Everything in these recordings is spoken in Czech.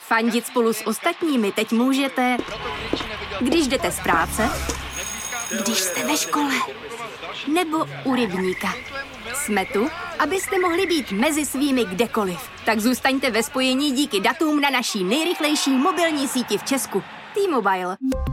Fandit spolu s ostatními teď můžete, když jdete z práce, když jste ve škole, nebo u rybníka. Jsme tu, abyste mohli být mezi svými kdekoliv. Tak zůstaňte ve spojení díky datům na naší nejrychlejší mobilní síti v Česku. T-Mobile.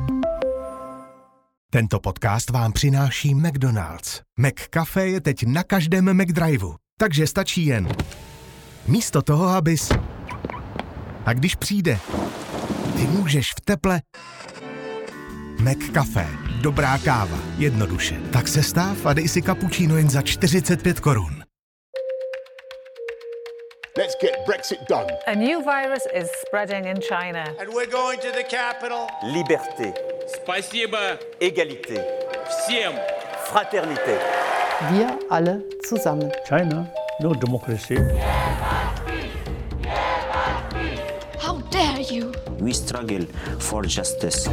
Tento podcast vám přináší McDonald's. McCafé je teď na každém McDriveu, takže stačí jen místo toho, abys... A když přijde, ty můžeš v teple... McCafé. Dobrá káva. Jednoduše. Tak se stav a dej si cappuccino jen za 45 korun. Let's get Brexit done. A new virus is spreading in China. And we're going to the capital. Liberté. Спасибо. Égalité. Всем. Fraternité. Wir alle zusammen. China, no democracy. How dare you? We struggle for justice.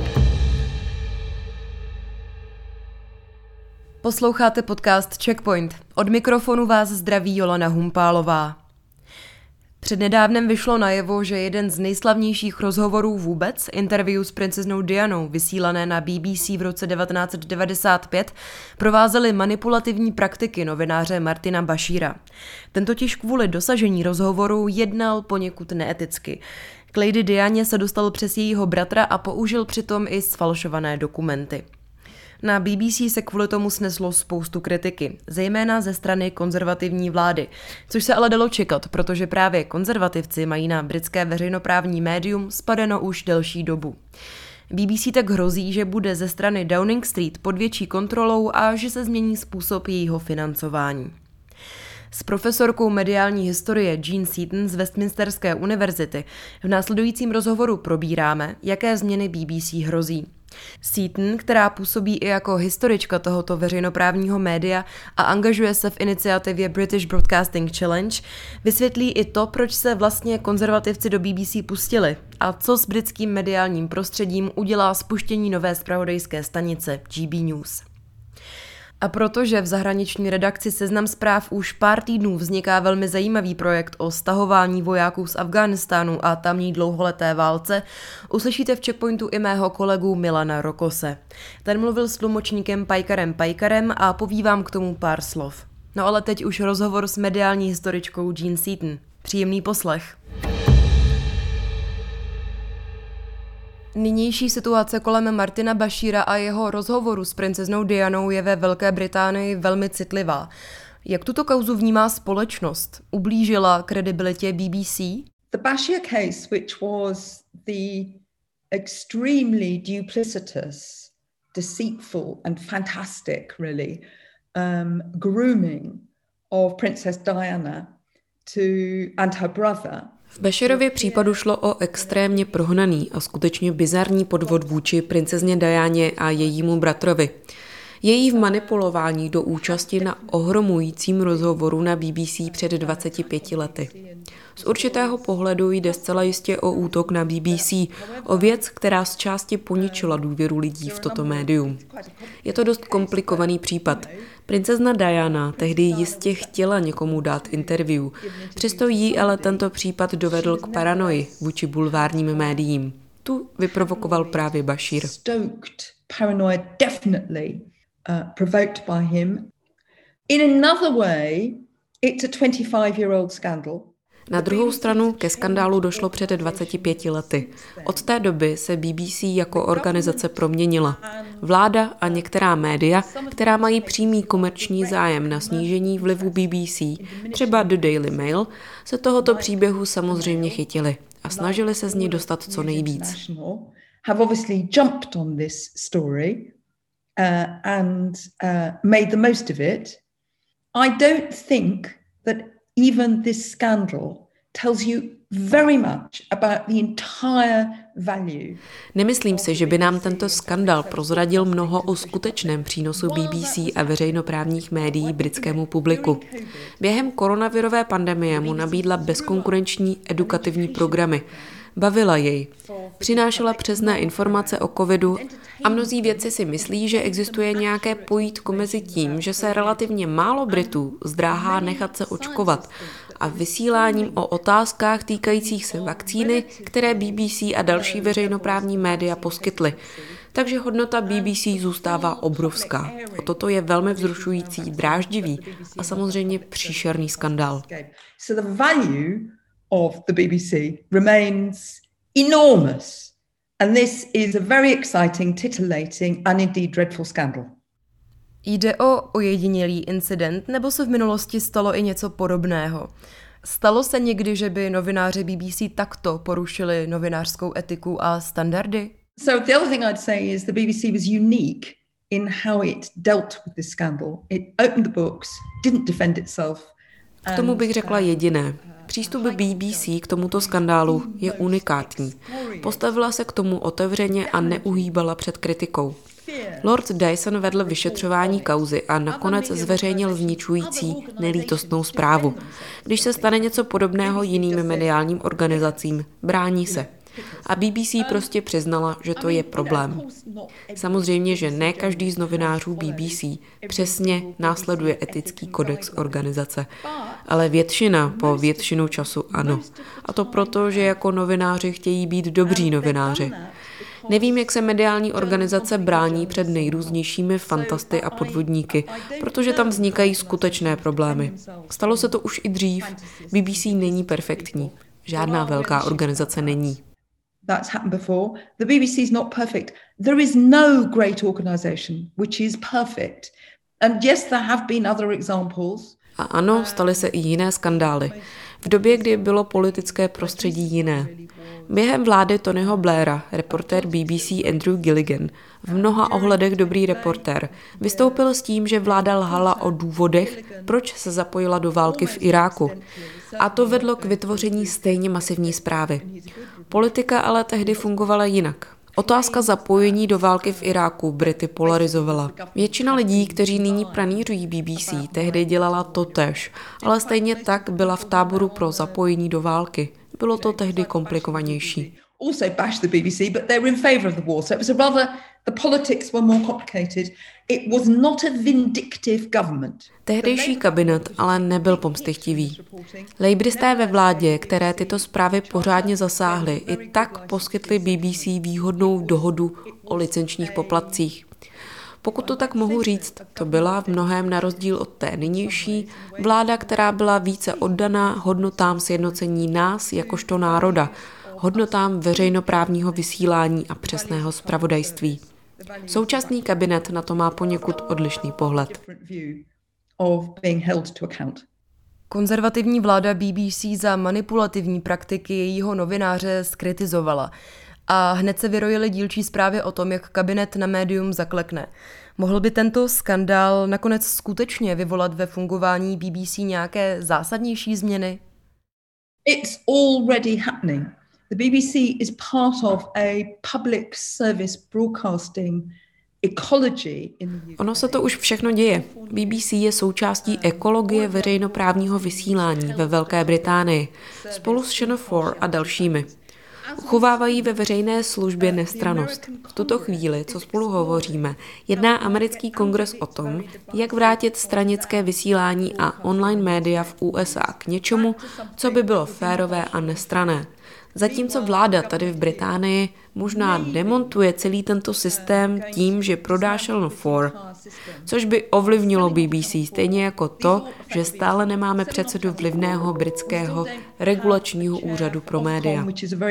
Posloucháte podcast Checkpoint. Od mikrofonu vás zdraví Jolana Humpálová. Přednedávnem vyšlo najevo, že jeden z nejslavnějších rozhovorů vůbec, interview s princeznou Dianou, vysílané na BBC v roce 1995, provázely manipulativní praktiky novináře Martina Bashira. Ten totiž kvůli dosažení rozhovoru jednal poněkud neeticky. K Lady Dianě se dostal přes jejího bratra a použil přitom i sfalšované dokumenty. Na BBC se kvůli tomu sneslo spoustu kritiky, zejména ze strany konzervativní vlády, což se ale dalo čekat, protože právě konzervativci mají na britské veřejnoprávní médium spadeno už delší dobu. BBC tak hrozí, že bude ze strany Downing Street pod větší kontrolou a že se změní způsob jejího financování. S profesorkou mediální historie Jean Seaton z Westminsterské univerzity v následujícím rozhovoru probíráme, jaké změny BBC hrozí. Seaton, která působí i jako historička tohoto veřejnoprávního média a angažuje se v iniciativě British Broadcasting Challenge, vysvětlí i to, proč se vlastně konzervativci do BBC pustili a co s britským mediálním prostředím udělá spuštění nové zpravodajské stanice GB News. A protože v zahraniční redakci Seznam zpráv už pár týdnů vzniká velmi zajímavý projekt o stahování vojáků z Afghánistánu a tamní dlouholeté válce, uslyšíte v Checkpointu i mého kolegu Milana Rokose. Ten mluvil s tlumočníkem Pajkarem a poví vám k tomu pár slov. No ale teď už rozhovor s mediální historičkou Jean Seaton. Příjemný poslech. Nynější situace kolem Martina Bashira a jeho rozhovoru s princeznou Dianou je ve Velké Británii velmi citlivá. Jak tuto kauzu vnímá společnost? Ublížila kredibilitě BBC? The Bashir case, which was the extremely duplicitous, deceitful and fantastic, really, grooming of Princess Diana and her brother. V Bashirově případu šlo o extrémně prohnaný a skutečně bizarní podvod vůči princezně Dianě a jejímu bratrovi. Její vmanipulování do účasti na ohromujícím rozhovoru na BBC před 25 lety. Z určitého pohledu jde zcela jistě o útok na BBC, o věc, která z části poničila důvěru lidí v toto médium. Je to dost komplikovaný případ. Princezna Diana tehdy jistě chtěla někomu dát interview, přesto jí ale tento případ dovedl k paranoji vůči bulvárním médiím. Tu vyprovokoval právě Bashir. Provoked by him. In another way, it's a 25-year-old scandal. Na druhou stranu ke skandálu došlo před 25 lety. Od té doby se BBC jako organizace proměnila. Vláda a některá média, která mají přímý komerční zájem na snížení vlivu BBC, třeba The Daily Mail, se tohoto příběhu samozřejmě chytili a snažili se z ní dostat co nejvíc. Have obviously jumped on this story. And made the most of it. I don't think that even this scandal tells you very much about the entire value. Nemyslím si, že by nám tento skandal prozradil mnoho o skutečném přínosu BBC a veřejnoprávních médií britskému publiku. Během koronavirové pandemie mu nabídla bezkonkurenční edukativní programy. Bavila jej. Přinášela přesné informace o covidu a mnozí vědci si myslí, že existuje nějaké pojítko mezi tím, že se relativně málo Britů zdráhá nechat se očkovat a vysíláním o otázkách týkajících se vakcíny, které BBC a další veřejnoprávní média poskytly. Takže hodnota BBC zůstává obrovská. A toto je velmi vzrušující, dráždivý a samozřejmě příšerný skandál. So the value of the BBC remains enormous. And this is a very exciting, titillating and indeed dreadful scandal. Jde o ojedinělý incident, nebo se v minulosti stalo i něco podobného? Stalo se někdy, že by novináři BBC takto porušili novinářskou etiku a standardy? So the other thing I'd say is the BBC was unique in how it dealt with this scandal. It opened the books, didn't defend itself. K tomu bych řekla jediné. Přístup BBC k tomuto skandálu je unikátní. Postavila se k tomu otevřeně a neuhýbala před kritikou. Lord Dyson vedl vyšetřování kauzy a nakonec zveřejnil zničující, nelítostnou zprávu. Když se stane něco podobného jiným mediálním organizacím, brání se. A BBC prostě přiznala, že to je problém. Samozřejmě, že ne každý z novinářů BBC přesně následuje etický kodex organizace, ale většina po většinu času ano. A to proto, že jako novináři chtějí být dobří novináři. Nevím, jak se mediální organizace brání před nejrůznějšími fantasty a podvodníky, protože tam vznikají skutečné problémy. Stalo se to už i dřív. BBC není perfektní. Žádná velká organizace není. That's happened before. The BBC is not perfect. There is no great organization which is perfect. And yes, there have been other examples. A ano, staly se i jiné skandály. V době, kdy bylo politické prostředí jiné. Během vlády Tonyho Blaira reportér BBC Andrew Gilligan, v mnoha ohledech dobrý reportér, vystoupil s tím, že vláda lhala o důvodech, proč se zapojila do války v Iráku. A to vedlo k vytvoření stejně masivní zprávy. Politika ale tehdy fungovala jinak. Otázka zapojení do války v Iráku Brity polarizovala. Většina lidí, kteří nyní pranířují BBC, tehdy dělala totéž, ale stejně tak byla v táboru pro zapojení do války. Bylo to tehdy komplikovanější. Also bashed the BBC, but they were in favour of the war. So it was a rather, the politics were more complicated. It was not a vindictive government. Tehdejší kabinet ale nebyl pomstychtivý. Lejbristé ve vládě, které tyto zprávy pořádně zasáhly, i tak poskytly BBC výhodnou dohodu o licenčních poplatcích. Pokud to tak mohu říct, to byla v mnohém na rozdíl od té nynější vláda, která byla více oddaná hodnotám sjednocení nás jakožto národa, hodnotám veřejnoprávního vysílání a přesného zpravodajství. Současný kabinet na to má poněkud odlišný pohled. Konzervativní vláda BBC za manipulativní praktiky jejího novináře zkritizovala. A hned se vyrojily dílčí zprávy o tom, jak kabinet na médium zaklekne. Mohl by tento skandál nakonec skutečně vyvolat ve fungování BBC nějaké zásadnější změny? It's already happening. The BBC is part of a public service broadcasting ecology in the UK. Ono se to už všechno děje. BBC je součástí ekologie veřejnoprávního vysílání ve Velké Británii spolu s Channel 4 a dalšími. Uchovávají ve veřejné službě nestrannost. V tuto chvíli, co spolu hovoříme, jedná americký kongres o tom, jak vrátit stranické vysílání a online média v USA k něčemu, co by bylo férové a nestranné. Zatímco vláda tady v Británii možná demontuje celý tento systém tím, že prodá Channel 4, což by ovlivnilo BBC, stejně jako to, že stále nemáme předsedu vlivného britského regulačního úřadu pro média.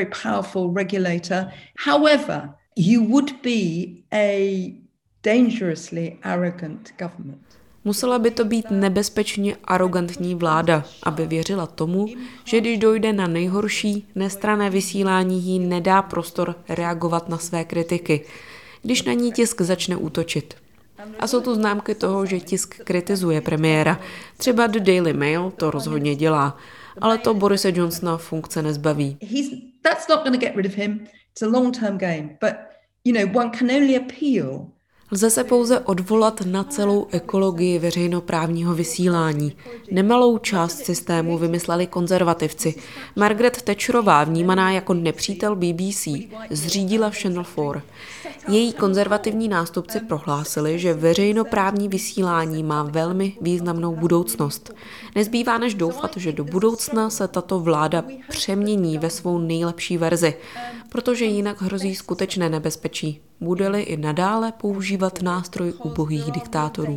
However, you would be a dangerously arrogant government. Musela by to být nebezpečně arrogantní vláda, aby věřila tomu, že když dojde na nejhorší, nestranné vysílání, jí nedá prostor reagovat na své kritiky, když na ní tisk začne útočit. A jsou tu známky toho, že tisk kritizuje premiéra. Třeba The Daily Mail to rozhodně dělá, ale to Borise Johnsona funkce nezbaví. That's not going to get rid of him. It's a long-term game, but one can only appeal. Lze se pouze odvolat na celou ekologii veřejnoprávního vysílání. Nemalou část systému vymysleli konzervativci. Margaret Thatcherová, vnímaná jako nepřítel BBC, zřídila Channel 4. Její konzervativní nástupci prohlásili, že veřejnoprávní vysílání má velmi významnou budoucnost. Nezbývá než doufat, že do budoucna se tato vláda přemění ve svou nejlepší verzi, protože jinak hrozí skutečné nebezpečí. Bude-li i nadále používat nástroj ubohých diktátorů.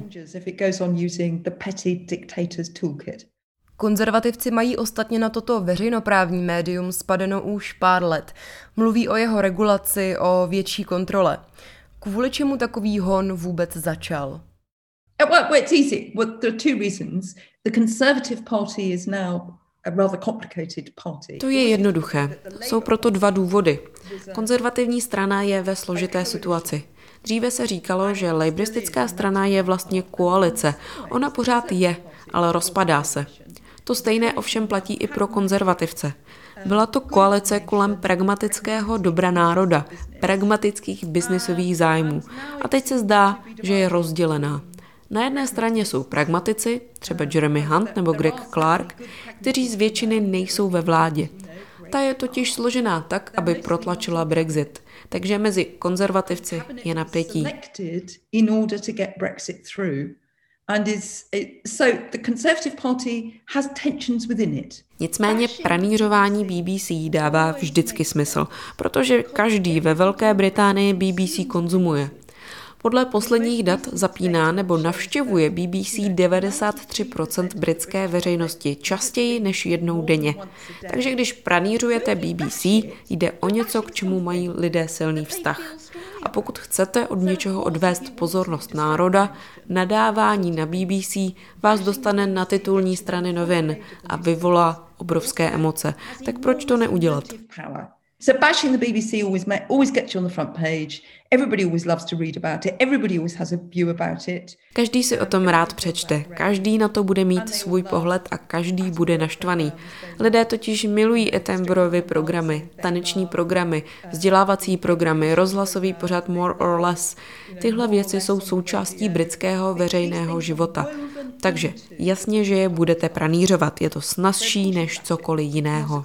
Konzervativci mají ostatně na toto veřejnoprávní médium spadeno už pár let. Mluví o jeho regulaci, o větší kontrole. Kvůli čemu takový hon vůbec začal? Well, it's easy. Well, there are two reasons. The Conservative Party is now a rather complicated party. To je jednoduché. Jsou proto dva důvody. Konzervativní strana je ve složité situaci. Dříve se říkalo, že lejbristická strana je vlastně koalice. Ona pořád je, ale rozpadá se. To stejné ovšem platí i pro konzervativce. Byla to koalice kolem pragmatického dobra národa, pragmatických biznisových zájmů. A teď se zdá, že je rozdělená. Na jedné straně jsou pragmatici, třeba Jeremy Hunt nebo Greg Clark, kteří z většiny nejsou ve vládě. Ta je totiž složená tak, aby protlačila Brexit. Takže mezi konzervativci je napětí. Nicméně pranířování BBC dává vždycky smysl, protože každý ve Velké Británii BBC konzumuje. Podle posledních dat zapíná nebo navštěvuje BBC 93% britské veřejnosti častěji než jednou denně. Takže když pranířujete BBC, jde o něco, k čemu mají lidé silný vztah. A pokud chcete od něčeho odvést pozornost národa, nadávání na BBC vás dostane na titulní strany novin a vyvolá obrovské emoce. Tak proč to neudělat? So bashing the BBC always gets you on the front page. Everybody always loves to read about it. Everybody always has a view about it. Každý si o tom rád přečte, každý na to bude mít svůj pohled a každý bude naštvaný. Lidé totiž milují Attenboroughvy programy, taneční programy, vzdělávací programy, rozhlasový pořad More or Less. Tyhle věci jsou součástí britského veřejného života. Takže jasně, že je budete pranířovat. Je to snazší než cokoliv jiného.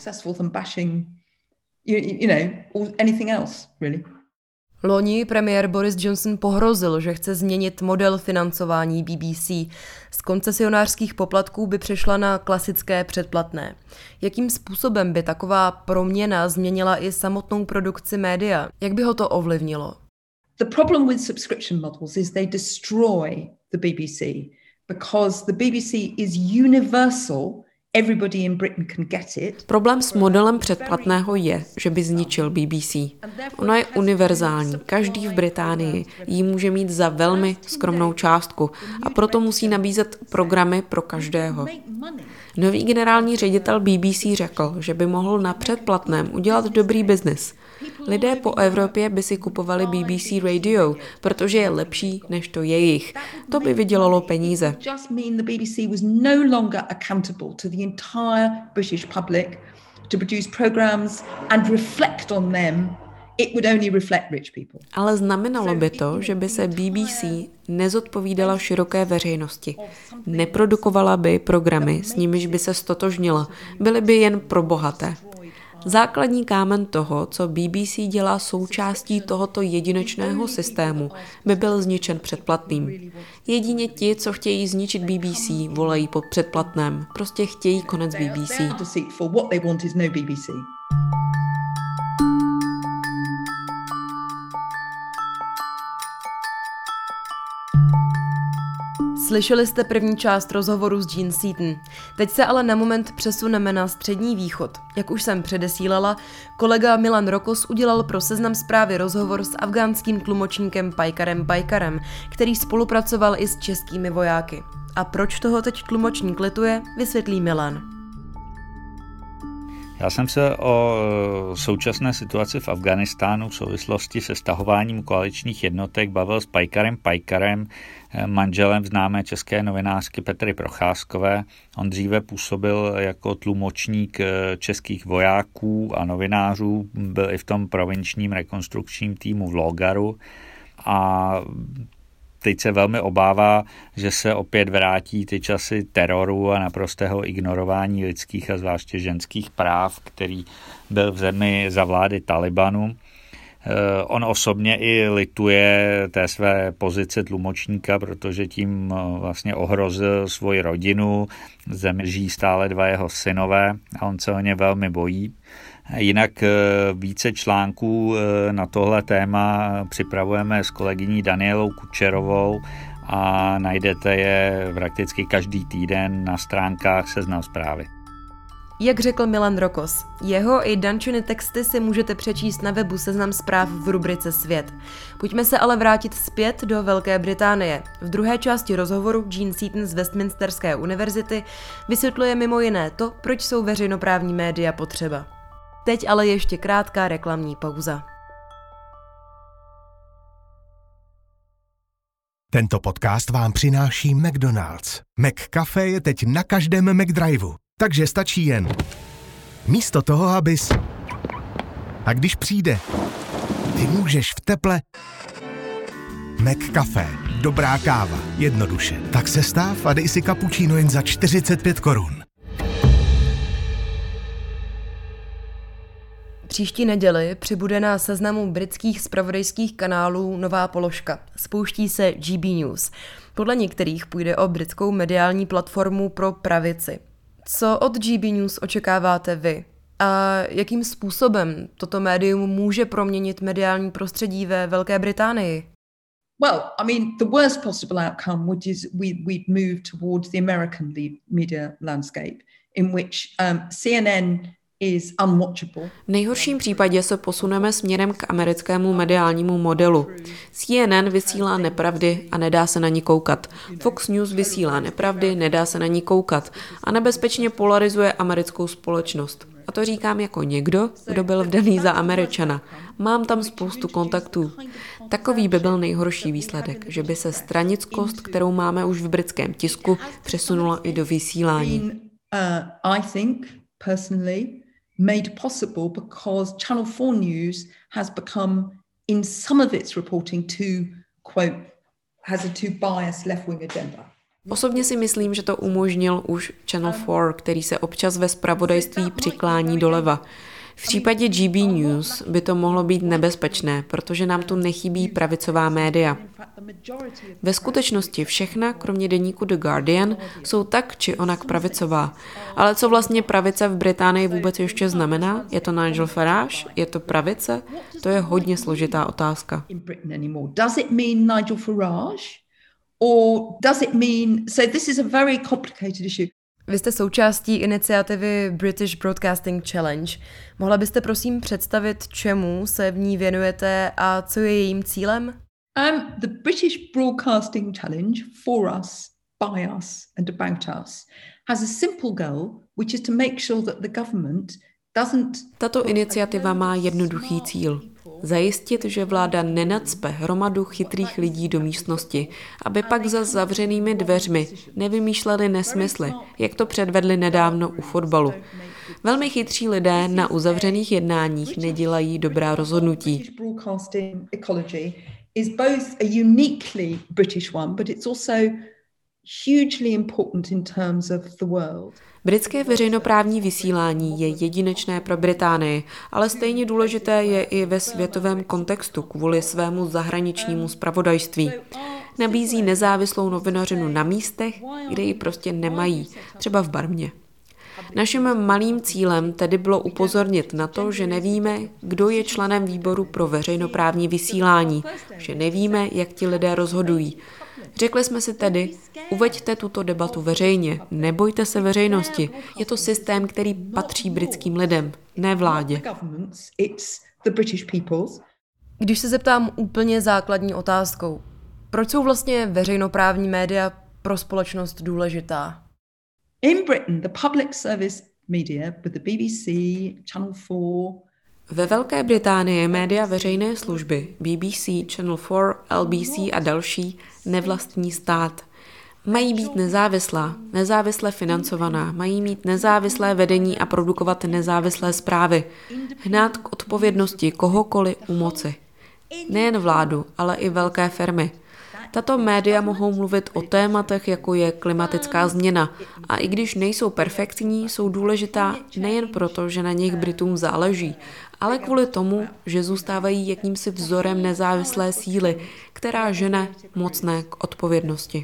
Anything else, really. Loni premiér Boris Johnson pohrozil, že chce změnit model financování BBC. Z koncesionářských poplatků by přešla na klasické předplatné. Jakým způsobem by taková proměna změnila i samotnou produkci média? Jak by ho to ovlivnilo? The problem with subscription models is they destroy the BBC because the BBC is universal. Everybody in Britain can get it. Problém s modelem předplatného je, že by zničil BBC. Ona je univerzální, každý v Británii ji může mít za velmi skromnou částku a proto musí nabízet programy pro každého. Nový generální ředitel BBC řekl, že by mohl na předplatném udělat dobrý biznis. Lidé po Evropě by si kupovali BBC Radio, protože je lepší než to jejich. To by vydělalo peníze. Ale znamenalo by to, že by se BBC nezodpovídala široké veřejnosti. Neprodukovala by programy, s nimiž by se stotožnila. Byly by jen pro bohaté. Základní kámen toho, co BBC dělá součástí tohoto jedinečného systému, by byl zničen předplatným. Jedině ti, co chtějí zničit BBC, volají po předplatném. Prostě chtějí konec BBC. Slyšeli jste první část rozhovoru s Jean Seaton. Teď se ale na moment přesuneme na Střední východ. Jak už jsem předesílala, kolega Milan Rokos udělal pro Seznam Zprávy rozhovor s afgánským tlumočníkem Pajkarem, který spolupracoval i s českými vojáky. A proč toho teď tlumočník lituje, vysvětlí Milan. Já jsem se o současné situaci v Afghánistánu v souvislosti se stahováním koaličních jednotek bavil s Pajkarem, manželem známé české novinářky Petry Procházkové. On dříve působil jako tlumočník českých vojáků a novinářů, byl i v tom provinčním rekonstrukčním týmu v Logaru a teď se velmi obává, že se opět vrátí ty časy teroru a naprostého ignorování lidských a zvláště ženských práv, který byl v zemi za vlády Talibanu. On osobně i lituje té své pozice tlumočníka, protože tím vlastně ohrozil svoji rodinu. V zemi žijí stále 2 jeho synové a on se o ně velmi bojí. Jinak více článků na tohle téma připravujeme s kolegyní Danielou Kučerovou a najdete je prakticky každý týden na stránkách Seznam Zprávy. Jak řekl Milan Rokos, jeho i Dančiny texty si můžete přečíst na webu Seznam Zpráv v rubrice Svět. Pojďme se ale vrátit zpět do Velké Británie. V druhé části rozhovoru Jean Seaton z Westminsterské univerzity vysvětluje mimo jiné to, proč jsou veřejnoprávní média potřeba. Teď ale ještě krátká reklamní pauza. Tento podcast vám přináší McDonald's. McCafé je teď na každém McDriveu, takže stačí jen místo toho, abys... A když přijde, ty můžeš v teple... McCafé. Dobrá káva. Jednoduše. Tak se stav a dej si kapučíno jen za 45 korun. Příští neděli přibude na seznamu britských zpravodajských kanálů nová položka. Spouští se GB News. Podle některých půjde o britskou mediální platformu pro pravici. Co od GB News očekáváte vy? A jakým způsobem toto médium může proměnit mediální prostředí ve Velké Británii? Well, I mean, the worst possible outcome would is we'd move towards the American media landscape, in which CNN is unwatchable. V nejhorším případě se posuneme směrem k americkému mediálnímu modelu. CNN vysílá nepravdy a nedá se na ní koukat. Fox News vysílá nepravdy, nedá se na ní koukat a nebezpečně polarizuje americkou společnost. A to říkám jako někdo, kdo byl vdaný za Američana. Mám tam spoustu kontaktů. Takový by byl nejhorší výsledek, že by se stranickost, kterou máme už v britském tisku, přesunula i do vysílání. I think, personally, made possible because Channel 4 News has become, in some of its reporting, quote, has a too biased left-wing agenda. Osobně si myslím, že to umožnil už Channel 4, který se občas ve zpravodajství přiklání doleva. V případě GB News by to mohlo být nebezpečné, protože nám tu nechybí pravicová média. Ve skutečnosti všechna, kromě deníku The Guardian, jsou tak či onak pravicová. Ale co vlastně pravice v Británii vůbec ještě znamená? Je to Nigel Farage? Je to pravice? To je hodně složitá otázka. Does it mean Nigel Farage? Or does it mean... So this is a very complicated issue. Vy jste součástí iniciativy British Broadcasting Challenge. Mohla byste prosím představit, čemu se v ní věnujete a co je jejím cílem? The British Broadcasting Challenge, for us, by us and about us, has a simple goal, which is to make sure that the government doesn't... Tato iniciativa má jednoduchý cíl. Zajistit, že vláda nenacpe hromadu chytrých lidí do místnosti, aby pak za zavřenými dveřmi nevymýšleli nesmysly, jak to předvedli nedávno u fotbalu. Velmi chytří lidé na uzavřených jednáních nedělají dobrá rozhodnutí. Is both a uniquely British one, but it's also hugely important in terms of the world. Britské veřejnoprávní vysílání je jedinečné pro Británii, ale stejně důležité je i ve světovém kontextu kvůli svému zahraničnímu zpravodajství. Nabízí nezávislou novinařinu na místech, kde ji prostě nemají, třeba v Barmě. Naším malým cílem tedy bylo upozornit na to, že nevíme, kdo je členem výboru pro veřejnoprávní vysílání, že nevíme, jak ti lidé rozhodují. Řekli jsme si tedy, uveďte tuto debatu veřejně, nebojte se veřejnosti. Je to systém, který patří britským lidem, ne vládě. Když se zeptám úplně základní otázkou, proč jsou vlastně veřejnoprávní média pro společnost důležitá? In Britain, the public service media with the BBC, Channel 4. Ve Velké Británii média veřejné služby BBC, Channel 4, LBC a další nevlastní stát. Mají být nezávisle financovaná, mají mít nezávislé vedení a produkovat nezávislé zprávy. Hnát k odpovědnosti kohokoliv u moci. Nejen vládu, ale i velké firmy. Tato média mohou mluvit o tématech, jako je klimatická změna. A i když nejsou perfektní, jsou důležitá nejen proto, že na nich Britům záleží, ale kvůli tomu, že zůstávají jakýmsi vzorem nezávislé síly, která žene mocné k odpovědnosti.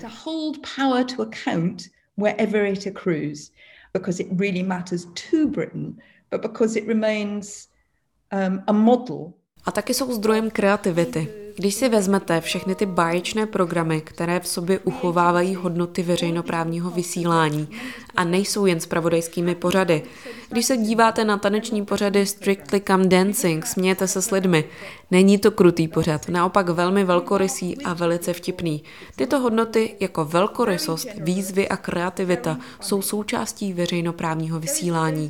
A taky jsou zdrojem kreativity. Když si vezmete všechny ty báječné programy, které v sobě uchovávají hodnoty veřejnoprávního vysílání a nejsou jen zpravodajskými pořady. Když se díváte na taneční pořady Strictly Come Dancing, smějete se s lidmi. Není to krutý pořad, naopak velmi velkorysý a velice vtipný. Tyto hodnoty jako velkorysost, výzvy a kreativita jsou součástí veřejnoprávního vysílání.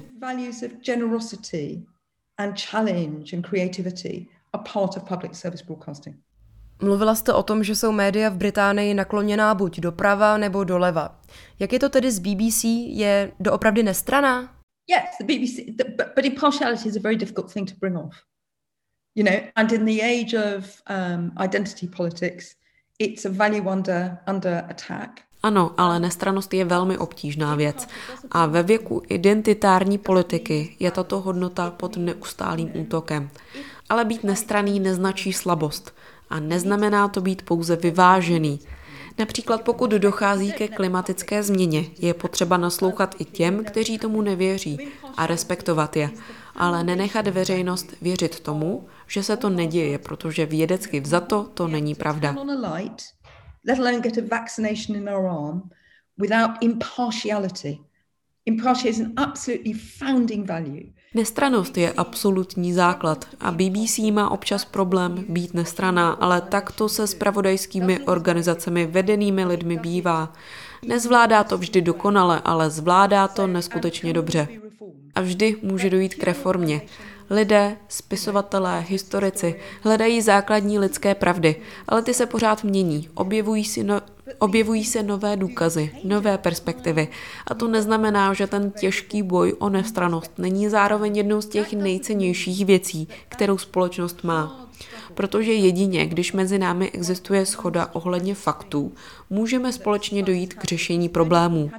Mluvila jste o tom, že jsou média v Británii nakloněná buď doprava nebo doleva. Jak je to tedy s BBC? Je doopravdy nestranná? Yes, the BBC, but impartiality is a very difficult thing to bring off. You know, and in the age of identity politics, it's a value under attack. Ano, ale nestrannost je velmi obtížná věc. A ve věku identitární politiky je tato hodnota pod neustálým útokem. Ale být nestranný neznačí slabost. A neznamená to být pouze vyvážený. Například pokud dochází ke klimatické změně, je potřeba naslouchat i těm, kteří tomu nevěří a respektovat je. Ale nenechat veřejnost věřit tomu, že se to neděje, protože vědecky vzato to není pravda. Let alone get a vaccination in our arm without impartiality. Impartiality is an absolutely founding value. Nestrannost je absolutní základ a BBC má občas problém být nestranná, ale takto se zpravodajskými organizacemi vedenými lidmi bývá. Nezvládá to vždy dokonale, ale zvládá to neskutečně dobře. A vždy může dojít k reformě. Lidé, spisovatelé, historici hledají základní lidské pravdy, ale ty se pořád mění, objevují se nové důkazy, nové perspektivy. A to neznamená, že ten těžký boj o nestrannost není zároveň jednou z těch nejcennějších věcí, kterou společnost má. Protože jedině, když mezi námi existuje shoda ohledně faktů, můžeme společně dojít k řešení problémů.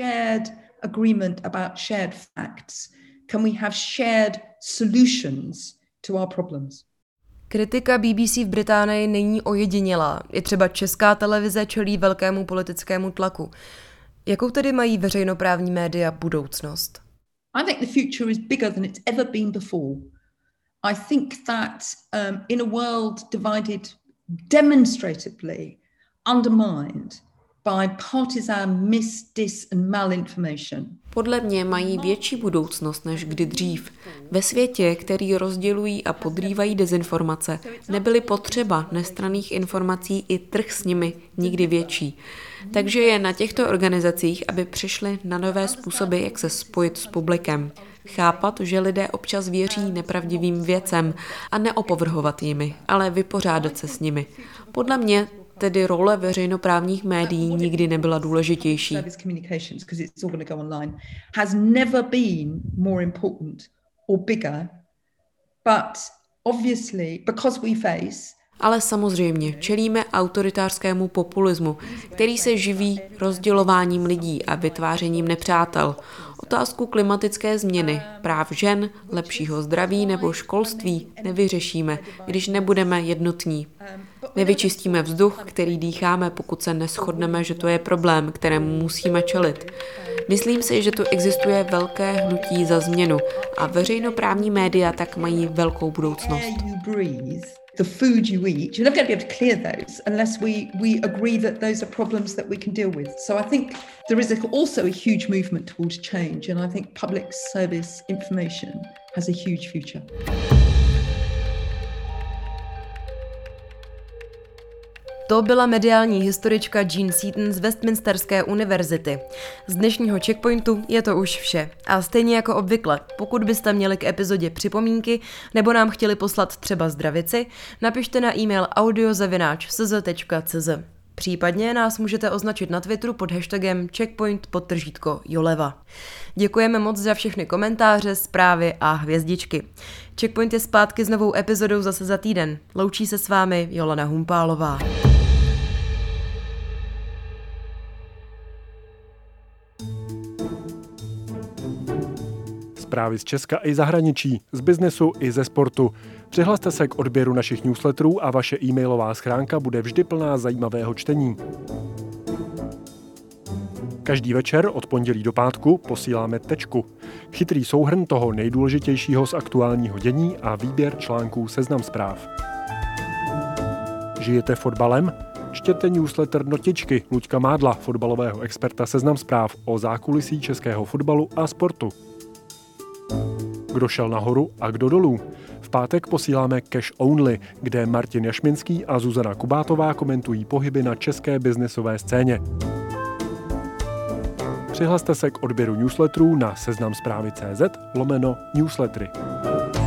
Can we have shared solutions to our problems? Kritika BBC v Británii není ojedinělá. I třeba Česká televize čelí velkému politickému tlaku. Jakou tedy mají veřejnoprávní média budoucnost? I think the future is bigger than it's ever been before. I think that in a world divided, demonstratively undermined by partisan dis and malinformation. Podle mě mají větší budoucnost než kdy dřív. Ve světě, který rozdělují a podrývají dezinformace, nebyly potřeba nestranných informací i trh s nimi nikdy větší. Takže je na těchto organizacích, aby přišly na nové způsoby, jak se spojit s publikem. Chápat, že lidé občas věří nepravdivým věcem a neopovrhovat jimi, ale vypořádat se s nimi. Podle mě tedy role veřejnoprávních médií nikdy nebyla důležitější. Ale samozřejmě čelíme autoritářskému populismu, který se živí rozdělováním lidí a vytvářením nepřátel. Otázku klimatické změny, práv žen, lepšího zdraví nebo školství nevyřešíme, když nebudeme jednotní. Nevyčistíme vzduch, který dýcháme, pokud se neshodneme, že to je problém, kterému musíme čelit. Myslím si, že tu existuje velké hnutí za změnu a veřejnoprávní média tak mají velkou budoucnost. The food you eat, you're never going to be able to clear those unless we agree that those are problems that we can deal with. So I think there is also a huge movement towards change, and I think public service information has a huge future. To byla mediální historička Jean Seaton z Westminsterské univerzity. Z dnešního Checkpointu je to už vše. A stejně jako obvykle, pokud byste měli k epizodě připomínky nebo nám chtěli poslat třeba zdravici, napište na e-mail audio@cz.cz. Případně nás můžete označit na Twitteru pod hashtagem checkpoint_Joleva. Děkujeme moc za všechny komentáře, zprávy a hvězdičky. Checkpoint je zpátky s novou epizodou zase za týden. Loučí se s vámi Jolana Humpálová. zprávy z Česka i zahraničí, z biznesu i ze sportu. Přihlaste se k odběru našich newsletterů a vaše e-mailová schránka bude vždy plná zajímavého čtení. Každý večer od pondělí do pátku posíláme Tečku. Chytrý souhrn toho nejdůležitějšího z aktuálního dění a výběr článků Seznam zpráv. Žijete fotbalem? Čtěte newsletter Notičky Luďka Mádla, fotbalového experta Seznam zpráv o zákulisí českého fotbalu a sportu. Kdo šel nahoru a kdo dolů? V pátek posíláme Cash Only, kde Martin Jašminský a Zuzana Kubátová komentují pohyby na české biznesové scéně. Přihlaste se k odběru newsletterů na seznamzprávy.cz/newslettery.